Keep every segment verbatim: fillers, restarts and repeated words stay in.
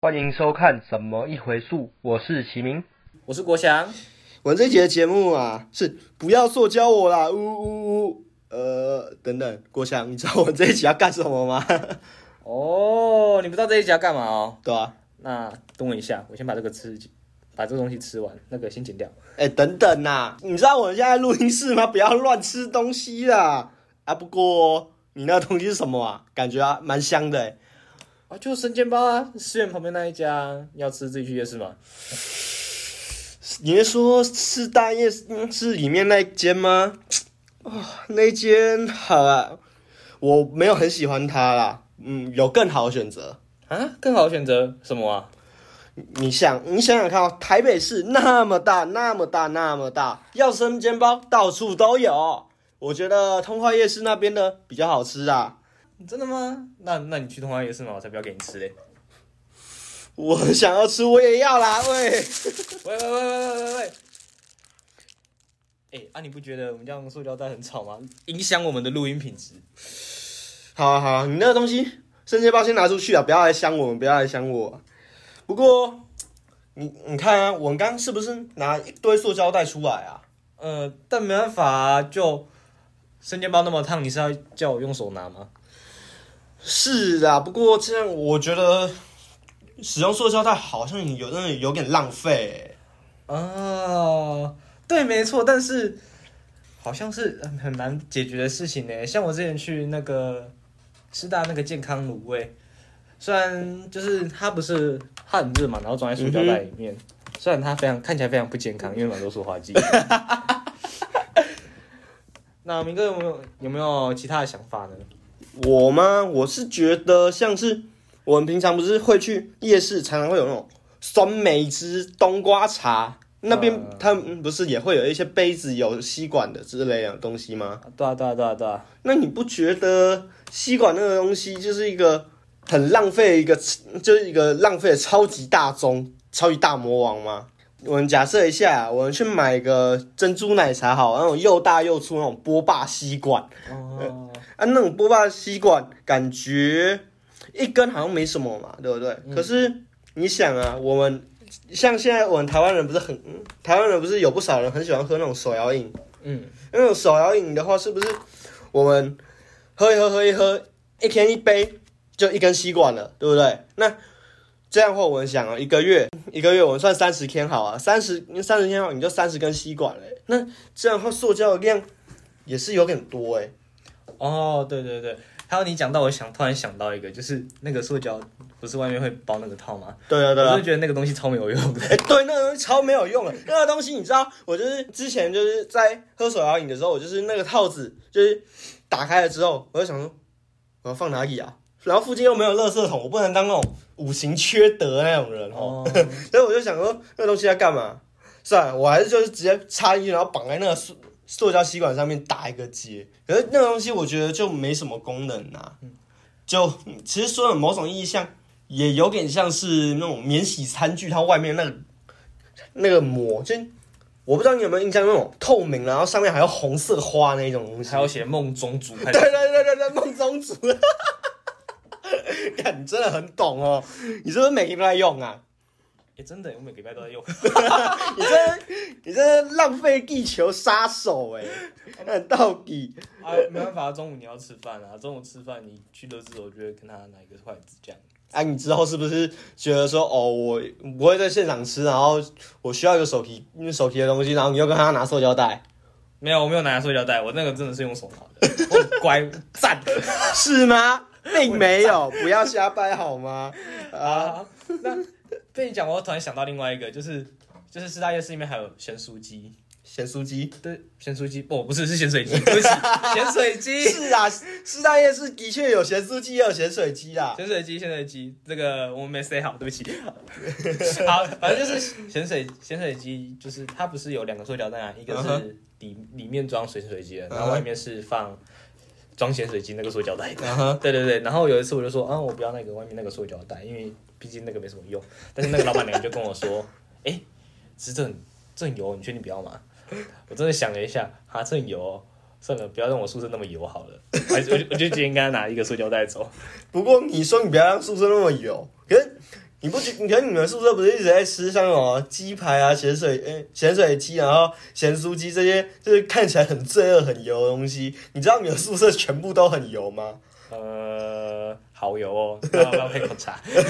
欢迎收看什么一回数，我是齐明， 我是国祥。 我们这一集的节目啊，是不要塑胶我啦，呜呜呜，呃，等等，国祥，你知道我们这一集要干什么吗？ 哦，你不知道这一集要干嘛哦？ 对啊。 那等我一下，我先把这个吃，把这个东西吃完，那个先剪掉。 哎、欸，等等呐、啊，你知道我们现在录音室吗？不要乱吃东西啦！啊，不过你那个东西是什么啊？感觉啊，蛮香的哎。 啊，就是生煎包啊，寺院旁边那一家，要吃自己去夜市吗？ 你是说是大夜市里面那一间吗？哦，那一间好啊，我没有很喜欢它啦。嗯，有更好的选择啊？更好的选择什么啊？ 你想，你想想看哦，台北市那么大，那么大，那么大，要生煎包到处都有。我觉得通化夜市那边的比较好吃啊。 真的吗？那那你去通化夜市吗？我才不要给你吃嘞。 我想要吃，我也要啦，喂！ 喂喂喂喂喂喂喂！哎、欸，啊，你不觉得我们这样塑胶袋很吵吗？影响我们的录音品质。 好啊好啊，你那个东西生煎包先拿出去啊，不要来香我们，不要来香我。不过，你你看啊，我们刚刚是不是拿一堆塑胶袋出来啊？ 呃，但没办法啊，就生煎包那么烫，你是要叫我用手拿吗？ 是啊，不过这样我觉得使用塑胶袋好像有真的有点浪费、 欸。哦，对，没错，但是好像是很难解决的事情呢。像我之前去那个师大那个健康卤味。虽然就是它不是它很热嘛，然后装在塑胶袋里面、嗯，虽然它非常看起来非常不健康，因为蛮多塑化剂。那明哥有没有有没有其他的想法呢？ 我吗？我是觉得像是我们平常不是会去夜市，常常会有那种酸梅汁、冬瓜茶，那边、嗯、他们不是也会有一些杯子有吸管的之类的东西吗？ 对啊对啊对啊对啊。 那你不觉得吸管那个东西就是一个很浪费一个，就是一个浪费的超级大宗、超级大魔王吗？我们假设一下，我们去买个珍珠奶茶好，那种又大又粗那种波霸吸管，哦、呃，啊，那种波霸吸管感觉一根好像没什么嘛，对不对？嗯、可是你想啊，我们像现在我们台湾人不是很，台湾人不是有不少人很喜欢喝那种手摇饮，嗯，那种手摇饮的话，是不是我们喝一喝喝一喝，一天一杯？就一根吸管了，对不对？那这样的话，我们想啊，一个月一个月我们算三十天好啊，三十三十天后你就三十根吸管了。那这样的话，塑胶的量也是有点多哎。 哦，对对对，还有你讲到，我想突然想到一个，就是那个塑胶不是外面会包那个套吗？ 对啊对啊， 我就觉得那个东西超没有用的。 哎，对，那个东西超没有用的。那个东西你知道，我就是之前就是在喝手摇饮的时候，我就是那个套子就是打开了之后，我就想说我要放哪里啊？然后附近又没有垃圾桶，我不能当那种五行缺德那种人哦，所以我就想说那个东西要干嘛？算了，我还是就是直接插进去，然后绑在那个塑塑胶吸管上面打一个结。可是那个东西我觉得就没什么功能啊，就其实说有某种意义上也有点像是那种免洗餐具，它外面那个那个膜，就我不知道你有没有印象那种透明，然后上面还有红色花那种东西， 还有写梦中竹。 对对对对对，梦中竹。干，你真的很懂哦！你是不是每天都在用啊？ 欸、真的，我每个礼拜都在用。 你这你这浪费地球杀手哎！那到底啊，没办法，中午你要吃饭啊，中午吃饭你去乐事，我就会跟他拿一个筷子这样。 啊，你之后是不是觉得说哦，我不会在现场吃，然后我需要一个手提手提的东西，然后你又跟他拿塑胶袋？ 没有，我没有拿塑胶袋，我那个真的是用手拿的。我很乖，赞， 是吗？并没有，不要瞎掰好吗？ 啊，那被你讲，我突然想到另外一个，就是就是师大夜市里面还有咸酥鸡， 咸酥鸡， 对，咸酥鸡，不，不是是咸水鸡，对不起，咸水鸡。 是啊，师大夜市的确有咸酥鸡，也有咸水鸡啦。 咸水鸡，咸水鸡，这个我们没 say 好，对不起。好，反正就是咸水咸水鸡，就是它不是有两个塑胶袋啊，一个是里里面装咸水鸡的，然后外面是放装咸水鸡那个塑胶袋的。Uh-huh. 对对对，然后有一次我就说，啊，我不要那个外面那个塑胶袋，因为毕竟那个没什么用。但是那个老板娘就跟我说，哎、欸，其实这很这很油，你确定不要吗？我真的想了一下，哈，这很油哦，算了，不要让我宿舍那么油好了。我就我就决定跟他拿一个塑胶袋走。 不过你说你不要让宿舍那么油，可是你不觉？你看你们宿舍不是一直在吃像什么鸡排啊、咸水诶咸水鸡，然后咸酥鸡这些，就是看起来很罪恶、很油的东西。你知道你的宿舍全部都很油吗？ 呃，好油哦，要不要配口茶？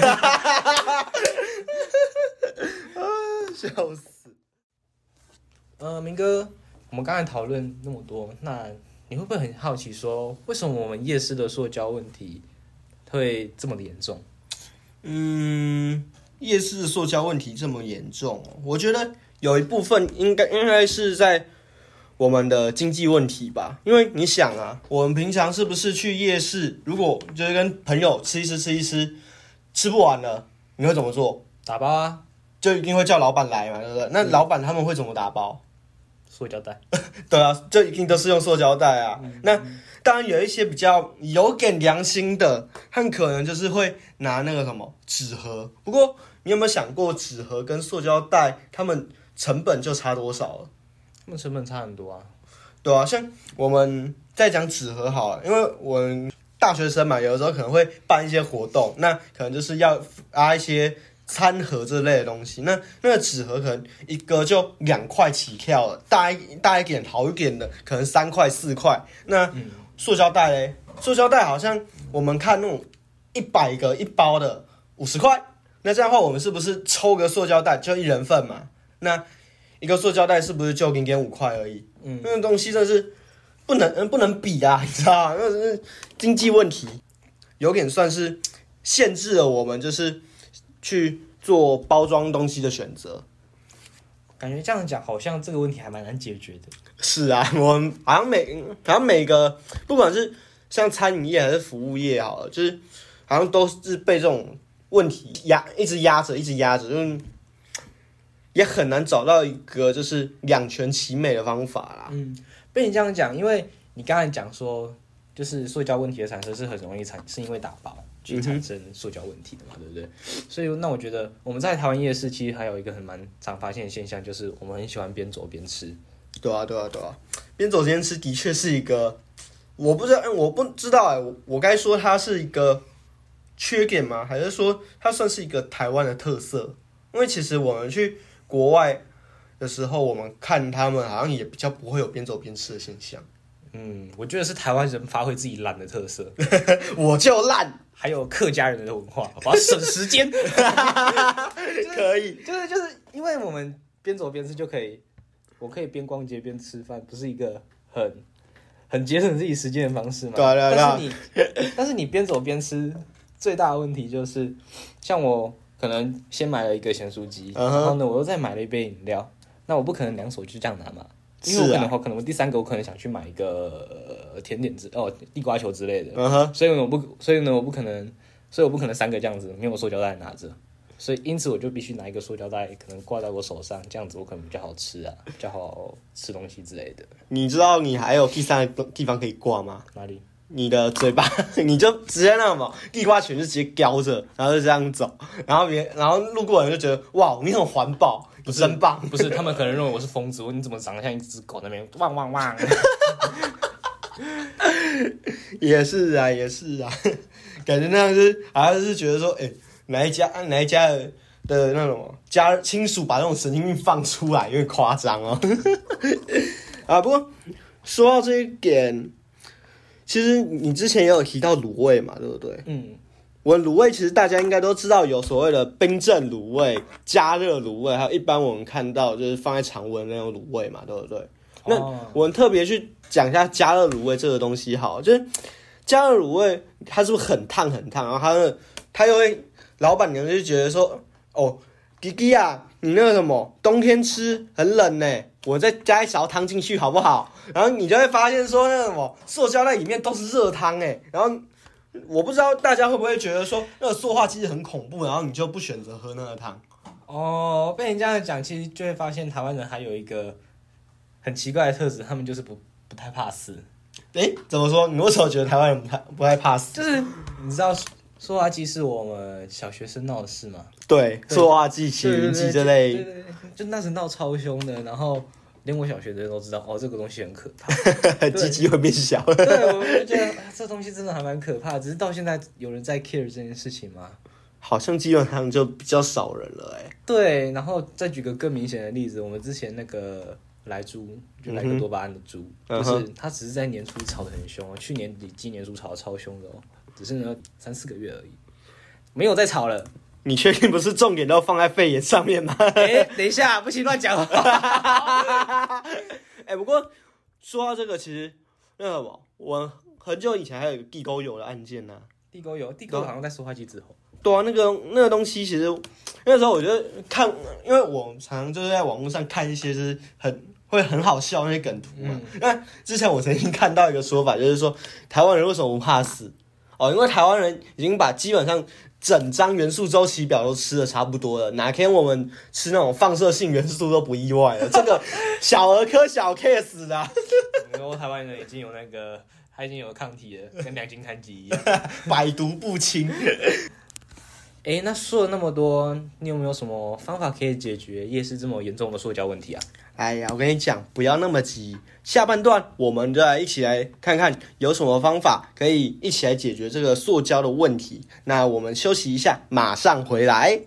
啊，笑死！ 呃，明哥，我们刚才讨论那么多，那你会不会很好奇说，为什么我们夜市的塑胶问题会这么的严重？ 嗯，夜市的塑胶问题这么严重哦，我觉得有一部分应该应该是在我们的经济问题吧。因为你想啊，我们平常是不是去夜市，如果就是跟朋友吃一吃吃一吃，吃不完了，你会怎么做？ 打包啊， 就一定会叫老板来嘛，对不对？那老板他们会怎么打包？ 塑胶袋。 对啊，就一定都是用塑胶袋啊。嗯、那当然有一些比较有点良心的，他们可能就是会拿那个什么纸盒。不过你有没有想过，纸盒跟塑胶袋，他们成本就差多少了？ 他们成本差很多啊。 对啊，像我们在讲纸盒好了，因为我们大学生嘛，有的时候可能会办一些活动，那可能就是要拉一些餐盒这类的东西，那那个纸盒可能一个就两块起跳了，大一大一点好一点的可能三块四块。那塑胶袋嘞，塑胶袋好像我们看那种一百个一包的五十块，那这样的话我们是不是抽个塑胶袋就一人份嘛？那一个塑胶袋是不是就零点五块而已？嗯，那个东西真的是不能不能比啊，你知道吗？那是经济问题，有点算是限制了我们就是去做包装东西的选择。 感觉这样讲，好像这个问题还蛮难解决的。 是啊，我们好像每好像每个不管是像餐饮业还是服务业好了，就是好像都是被这种问题压一直压着，一直压着，就是也很难找到一个就是两全其美的方法啦。 嗯，被你这样讲，因为你刚才讲说，就是塑胶问题的产生是很容易产，是因为打包去产生塑胶问题的嘛，对不对？所以那我觉得我们在台湾夜市其实还有一个很蛮常发现的现象，就是我们很喜欢边走边吃。 对啊，对啊，对啊，边走边吃的确是一个，我不知道，我不知道哎、欸，我我该说它是一个缺点吗？还是说它算是一个台湾的特色？因为其实我们去国外的时候，我们看他们好像也比较不会有边走边吃的现象。 嗯，我觉得是台湾人发挥自己懒的特色， 我就懒， 还有客家人的文化，我要省时间， 可以， 就是就是因为我们边走边吃就可以，我可以边逛街边吃饭，不是一个很很节省自己时间的方式吗？ 对啊对啊。 但是你但是你边走边吃，最大的问题就是，像我可能先买了一个咸酥鸡， uh-huh. 然后呢，我又再买了一杯饮料，那我不可能两手就这样拿嘛。因为我可能、啊、可能我第三个我可能想去买一个、呃、甜点之哦地瓜球之类的， uh-huh. 所以呢我不所以呢我不可能，所以我不可能三个这样子没有塑胶袋拿着，所以因此我就必须拿一个塑胶袋，可能挂在我手上，这样子我可能比较好吃啊，比较好吃东西之类的。 你知道你还有第三个地方可以挂吗？ 哪里？ 你的嘴巴，你就直接那种地瓜球就直接叼着，然后就这样走，然后别然后路过人就觉得哇，你很环保。 不是真棒， 不是他们可能认为我是疯子，你怎么长得像一只狗那边汪汪汪？ 也是啊，也是啊，感觉那样是好像是觉得说，哎、欸，哪一家哪一家的的那种家亲属把那种神经病放出来，有点夸张哦。啊，不过说到这一点，其实你之前也有提到卤味嘛，对不对？嗯。我卤味其实大家应该都知道，有所谓的冰镇卤味、加热卤味，还有一般我们看到就是放在常温那种卤味嘛，对不对？那我们特别去讲一下加热卤味这个东西好，就是加热卤味它是不是很烫很烫，然后它的它又会老板娘就觉得说，哦，弟弟啊，你那个什么冬天吃很冷呢，我再加一勺汤进去好不好？然后你就会发现说那个什么塑胶袋里面都是热汤哎，然后。我不知道大家会不会觉得说那个塑化剂很恐怖，然后你就不选择喝那个汤。 哦，被你这样讲，其实就会发现台湾人还有一个很奇怪的特质，他们就是不不太怕死。 诶，怎么说？你为什么觉得台湾人不太不太怕死？ 就是你知道塑化剂是我们小学生闹的事吗？ 对，塑化剂、起云剂这类， 对对对，就那时闹超凶的，然后。连我小学的人都知道，哦，这个东西很可怕， 鸡鸡会变小。 对，我就觉得、啊、这东西真的还蛮可怕的，只是到现在有人在 care 这件事情吗？ 好像基本上就比较少人了哎、欸。 对，然后再举个更明显的例子，我们之前那个莱猪，就莱克多巴胺的猪，嗯、就是它只是在年初炒得很凶哦，去年底今年初炒得超凶的哦，只是呢三四个月而已，没有再炒了。 你确定不是重点都放在肺炎上面吗？ 哎、欸，等一下，不行乱讲。 哎、欸，不过说到这个，其实那个什么，我很久以前还有一个地沟油的案件呢、啊。 地沟油，地沟油好像在塑化剂之后。 对啊，那个那个东西，其实那时候我觉得看，因为我常常就是在网络上看一些就是很会很好笑那些梗图嘛。那、嗯、之前我曾经看到一个说法，就是说台湾人为什么不怕死？哦，因为台湾人已经把基本上整张元素周期表都吃的差不多了，哪天我们吃那种放射性元素都不意外了。这个小儿科小 case 啦。 然后台湾人已经有那个，他已经有抗体了，跟两金碳基一样， 百毒不侵。 哎，那说了那么多，你有没有什么方法可以解决夜市这么严重的塑胶问题啊？ 哎呀，我跟你讲，不要那么急。下半段我们就来一起来看看有什么方法可以一起来解决这个塑胶的问题。那我们休息一下，马上回来。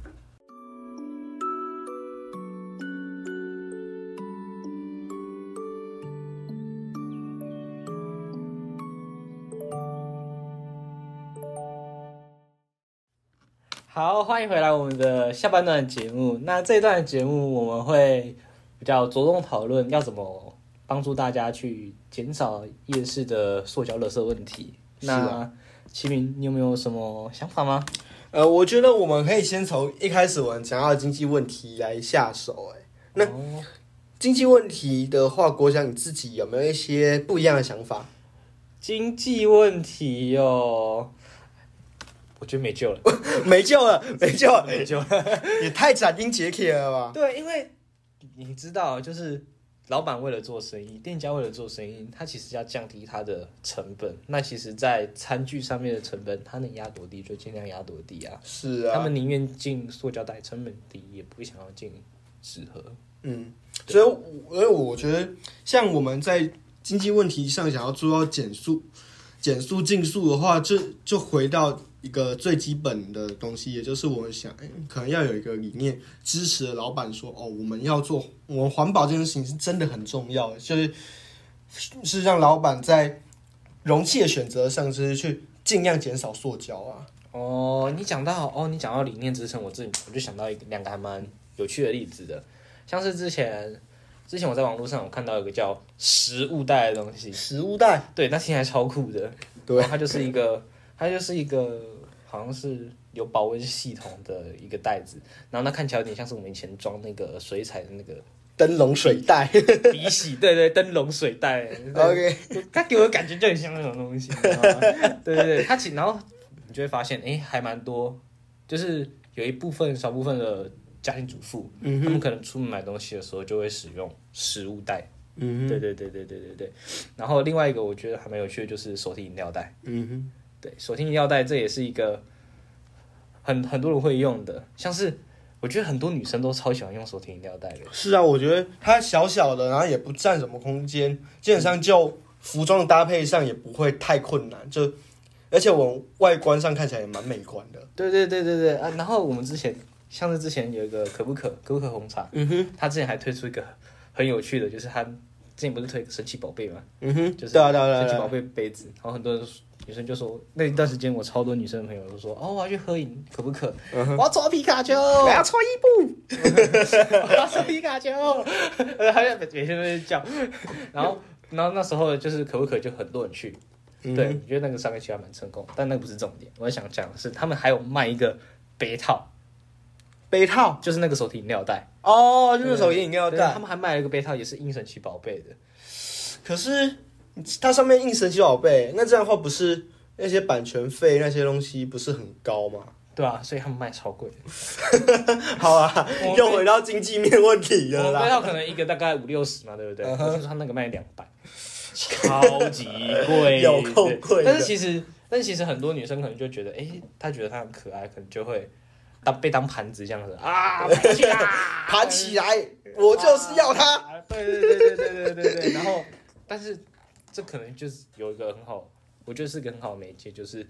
好，欢迎回来我们的下半段的节目。那这一段的节目我们会比较着重讨论要怎么帮助大家去减少夜市的塑胶垃圾问题。那齐明，你有没有什么想法吗？ 呃，我觉得我们可以先从一开始我们讲到的经济问题来下手。哎，那、哦、经济问题的话，国强你自己有没有一些不一样的想法？ 经济问题哦。我觉得没救了， 没救了，没救了， 没救了， 也太斩钉截铁了吧？ 对，因为你知道，就是老板为了做生意，店家为了做生意，他其实要降低他的成本。那其实，在餐具上面的成本，他能压多低就尽量压多低啊。 是啊， 他们宁愿进塑胶袋，成本低，也不会想要进纸盒。 嗯，所以，所以我觉得，像我们在经济问题上想要做到减速、减速、竞速的话，就就回到一个最基本的东西，也就是我们想，可能要有一个理念支持的老板说，哦，我们要做，我们环保这件事情是真的很重要的，就是是让老板在容器的选择上，就是去尽量减少塑胶啊。 哦，你讲到哦，你讲到理念支撑，我自己我就想到一个两个还蛮有趣的例子的，像是之前之前我在网络上有看到一个叫食物袋的东西， 食物袋， 对，那听起来超酷的， 对， 它就是一个它就是一个好像是有保温系统的一个袋子，然后它看起来有点像是我们以前装那个水彩的那个灯笼水袋， 笔洗，对对，灯笼水袋 ，OK， 它给我的感觉就很像那种东西，对对对，它其然后你就会发现，哎，还蛮多，就是有一部分少部分的家庭主妇，嗯、他们可能出门买东西的时候就会使用食物袋，嗯，对对对对对对对，然后另外一个我觉得还蛮有趣的就是手提饮料袋，嗯哼。对，手提饮料袋这也是一个很很多人会用的，像是我觉得很多女生都超喜欢用手提饮料袋的。 是啊，我觉得它小小的，然后也不占什么空间，基本上就服装的搭配上也不会太困难，就而且我外观上看起来也蛮美观的。 对对对对对啊！然后我们之前像是之前有一个可不可可不可红茶，嗯哼，他之前还推出一个很有趣的，就是他之前不是推神奇宝贝嘛，嗯哼，就是神奇宝贝杯子，然后很多人女生就说那一段时间我超多女生的朋友都说哦我要去喝饮可不可，嗯、我要搓皮卡丘，我要搓伊布， 我要搓皮卡丘，他就每天都在叫，然后然后那时候就是可不可就很多人去。对，我觉得那个商业计划蛮成功，但那不是重点。我想讲的是，他们还有卖一个杯套， 杯套就是那个手提饮料袋哦，就是手提饮料袋。 他们还卖了一个杯套，也是印神奇宝贝的。 可是它上面印神奇宝贝，那这样的话不是那些版权费那些东西不是很高吗？ 对啊，所以他们卖超贵的。 好啊，又回到经济面问题了啦。 杯套可能一个大概五六十嘛，对不对？ Uh-huh. 我听说他那个卖两百。超级贵， 有够贵。 但是其实，但是其实很多女生可能就觉得，哎、欸，她觉得她很可爱，可能就会当被当盘子这样子啊，盘起来， 盘起来，我就是要它。 啊、对对对对对对对对。然后，但是这可能就是有一个很好，我觉得是个很好的媒介，就是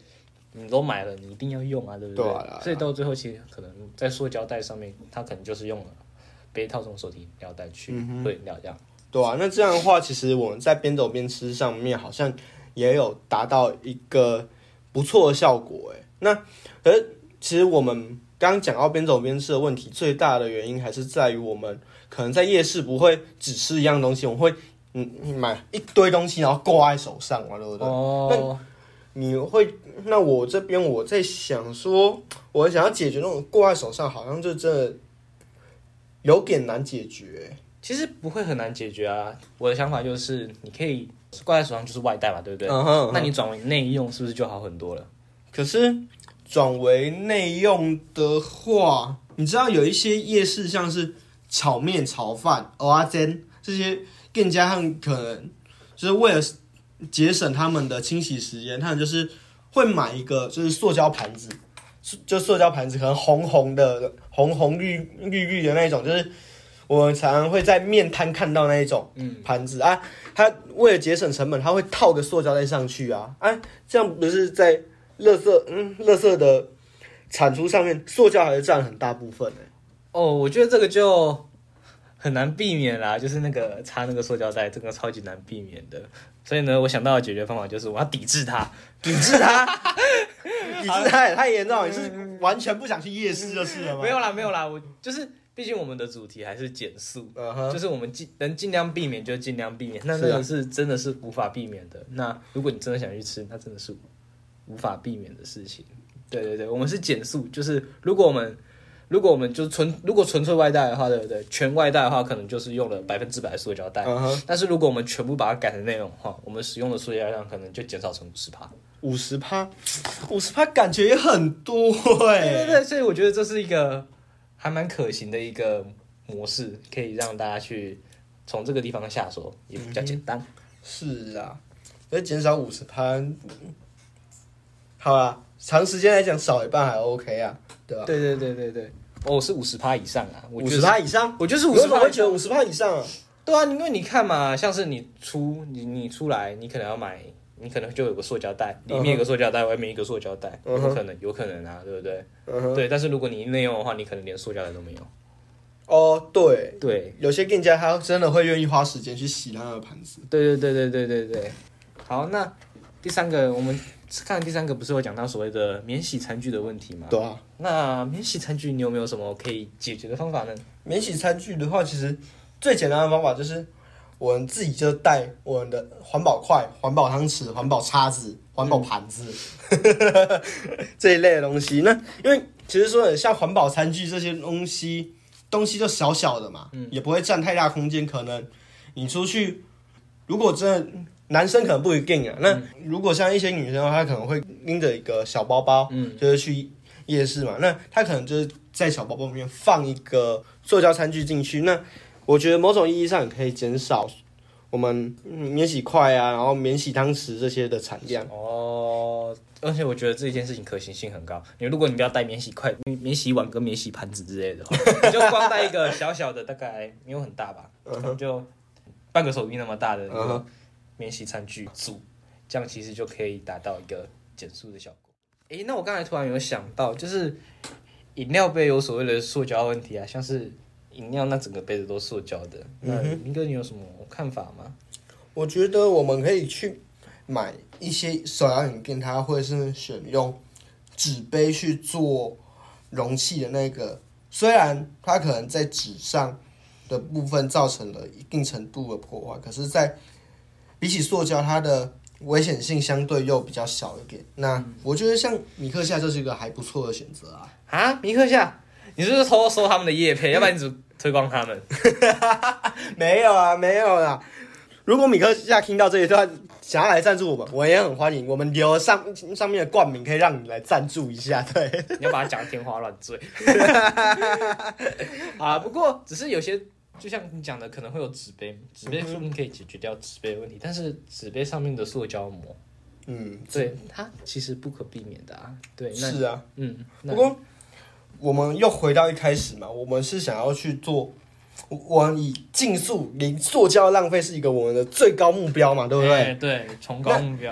你都买了，你一定要用啊，对不对？ 对啊对啊所以到最后，其实可能在塑胶袋上面，它可能就是用了杯套这种手提饮料袋去喝饮料这样。 对啊，那这样的话，其实我们在边走边吃上面好像也有达到一个不错的效果哎。那可是其实我们刚刚讲到边走边吃的问题，最大的原因还是在于我们可能在夜市不会只吃一样东西，我们会嗯买一堆东西然后挂在手上嘛，对不对？ 哦， 那你会，那我这边我在想说，我想要解决那种挂在手上，好像就真的有点难解决欸。 其实不会很难解决啊。我的想法就是，你可以挂在手上就是外带嘛，对不对？ 嗯哼嗯哼那你转为内用是不是就好很多了？ 可是转为内用的话，你知道有一些夜市像是炒面、炒饭、蚵仔煎这些店家，他们可能就是为了节省他们的清洗时间，他们就是会买一个就是塑胶盘子，就塑胶盘子可能红红的、红红绿绿绿的那一种，就是我们常常会在面摊看到那一种盘子、嗯、啊。他为了节省成本，他会套个塑胶袋上去啊啊，这样不是在垃圾嗯垃圾的产出上面，塑胶还是占很大部分的、欸。 哦，我觉得这个就很难避免啦，就是那个插那个塑胶袋，这个超级难避免的。所以呢，我想到的解决方法就是我要抵制它， 抵制它，抵制它也太严重了，你是完全不想去夜市就是了吗？ 没有啦，没有啦，我就是毕竟我们的主题还是减速， uh-huh. 就是我们尽能尽量避免就尽量避免，那那个是真的是无法避免的。那如果你真的想去吃，那真的是无法避免的事情。对对对，我们是减速，就是如果我们如果我们就纯如果纯粹外带的话，对不对？全外带的话，可能就是用了百分之百的塑胶袋。Uh-huh. 但是如果我们全部把它改成内容的话，我们使用的塑胶量可能就减少成五十趴。 五十趴，五十趴感觉也很多哎、欸。 对对对，所以我觉得这是一个还蛮可行的一个模式，可以让大家去从这个地方下手，也比较简单。嗯、 是啊，要减少五十趴，好啊，长时间来讲少一半还 OK 啊，对吧？ 对对对对对，哦，是五十趴以上啊， 五十趴以上， 我就是五十趴。 为什么会觉得五十趴以上啊？ 对啊，因为你看嘛，像是你出你你出来，你可能要买，你可能就有个塑胶袋，里面有个塑胶袋，外面一个塑胶袋，有可能有可能啊，对不对？嗯、对，但是如果你内用的话，你可能连塑胶袋都没有。 哦，对对， 有些店家他真的会愿意花时间去洗他的盘子。 对对对对对对对。好，那第三个我们看第三个不是有讲到所谓的免洗餐具的问题吗？ 对啊。 那免洗餐具你有没有什么可以解决的方法呢？ 免洗餐具的话，其实最简单的方法就是我们自己就带我们的环保筷、环保汤匙、环保叉子、环保盘子、嗯、这一类的东西。那因为其实说像环保餐具这些东西，东西就小小的嘛，嗯、也不会占太大空间。可能你出去，如果真的男生可能不一定啊，那如果像一些女生的话，她可能会拎着一个小包包，嗯，就是去夜市嘛，那她可能就是在小包包里面放一个塑胶餐具进去。那我觉得某种意义上也可以减少我们免洗筷啊，然后免洗汤匙这些的产量。 哦，而且我觉得这件事情可行性很高。你如果你不要带免洗筷、免洗碗跟免洗盘子之类的话，你就光带一个小小的，大概没有很大吧，可能就半个手臂那么大的一个免洗餐具组，这样其实就可以达到一个减速的效果。诶，那我刚才突然有想到，就是饮料杯有所谓的塑胶问题啊，像是饮料那整个杯子都塑胶的，那明哥你有什么看法吗？ 我觉得我们可以去买一些手摇饮店，它会是选用纸杯去做容器的那个，虽然它可能在纸上的部分造成了一定程度的破坏，可是在比起塑胶，它的危险性相对又比较小一点。那我觉得像米克夏就是一个还不错的选择啊。 啊，米克夏，你是不是偷偷收他们的业配？要不然你怎么推广他们？ 没有啊，没有啦。如果米克夏听到这一段，想要来赞助我们，我也很欢迎。我们留上上面的冠名，可以让你来赞助一下。对， 你要把它讲得天花乱坠。啊，不过只是有些，就像你讲的，可能会有纸杯，纸杯说不定可以解决掉纸杯的问题，但是纸杯上面的塑胶膜，嗯，对，它其实不可避免的啊。对，那是啊， 嗯， 不过我们又回到一开始嘛，我们是想要去做。我们以竞速零塑胶浪费是一个我们的最高目标嘛，对不对？ 欸、对，崇高目标。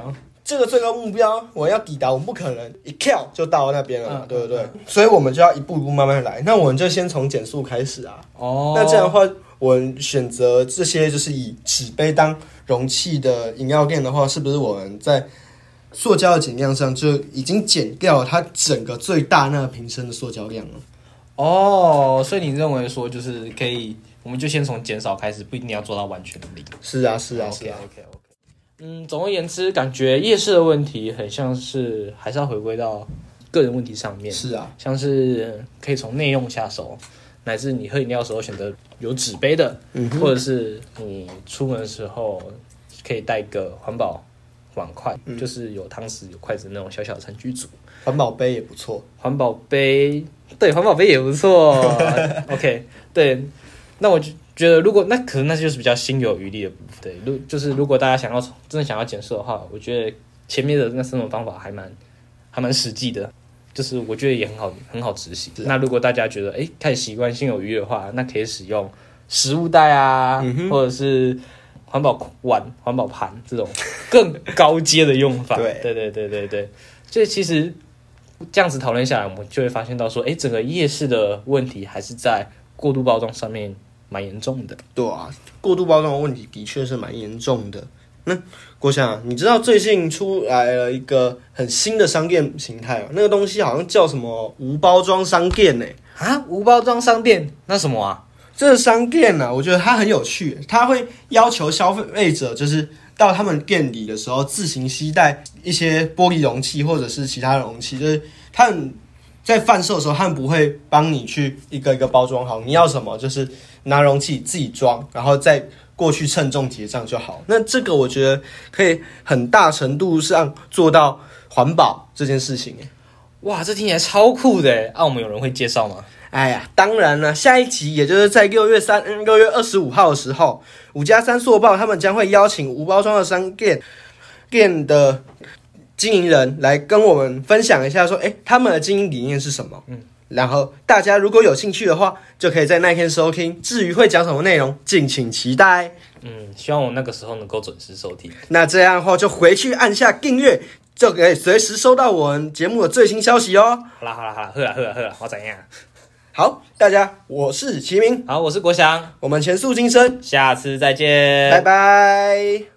这个最高目标我要抵达，我们不可能一跳就到那边了嘛， 嗯、 对不对、嗯？所以我们就要一步一步慢慢来。那我们就先从减速开始啊。 哦， 那这样的话，我们选择这些就是以纸杯当容器的饮料店的话，是不是我们在塑胶的减量上就已经减掉了它整个最大那个瓶身的塑胶量了？ 哦，所以你认为说就是可以，我们就先从减少开始，不一定要做到完全的零。 是啊，是啊，是啊。 OK OK OK。嗯，总而言之，感觉夜市的问题很像是还是要回归到个人问题上面。 是啊， 像是可以从内用下手，乃至你喝饮料的时候选择有纸杯的，嗯、或者是你出门的时候可以带个环保碗筷、嗯，就是有汤匙、有筷子那种小小的餐具组。 环保杯也不错， 环保杯，对，环保杯也不错。OK， 对，那我就觉得，如果那可能那就是比较心有余力的部分。对，如就是如果大家想要真的想要减瘦的话，我觉得前面的那三种方法还蛮还蛮实际的，就是我觉得也很好很好执行。那如果大家觉得哎开始习惯心有余力的话，那可以使用食物袋啊，嗯、或者是环保碗、环保盘这种更高阶的用法。对对对对对对，所以其实。这样子讨论下来，我们就会发现到说，哎，整个夜市的问题还是在过度包装上面蛮严重的。 对啊，过度包装的问题的确是蛮严重的。那国祥，你知道最近出来了一个很新的商店形态哦，那个东西好像叫什么无包装商店呢？ 啊，无包装商店那什么啊？ 这个商店呢、啊，我觉得它很有趣，它会要求消费者就是到他们店里的时候自行携带一些玻璃容器或者是其他的容器，就是他们在贩售的时候，他们不会帮你去一个一个包装好，你要什么就是拿容器自己装，然后再过去称重结账就好。那这个我觉得可以很大程度上做到环保这件事情。 哇，这听起来超酷的！啊，我们有人会介绍吗？ 哎呀，当然了，下一集也就是在六月三、六月二十五号的时候，五加三塑报他们将会邀请无包装的商店店的经营人来跟我们分享一下说，哎，他们的经营理念是什么？嗯，然后大家如果有兴趣的话，就可以在那天收听。至于会讲什么内容，敬请期待。 嗯，希望我那个时候能够准时收听。 那这样的话，就回去按下订阅，就可以随时收到我们节目的最新消息哦。 好啦好啦好啦，喝啦喝啦喝啦，我怎样？ 好，大家，我是齐明， 好，我是国祥， 我们前速今生， 下次再见， 拜拜。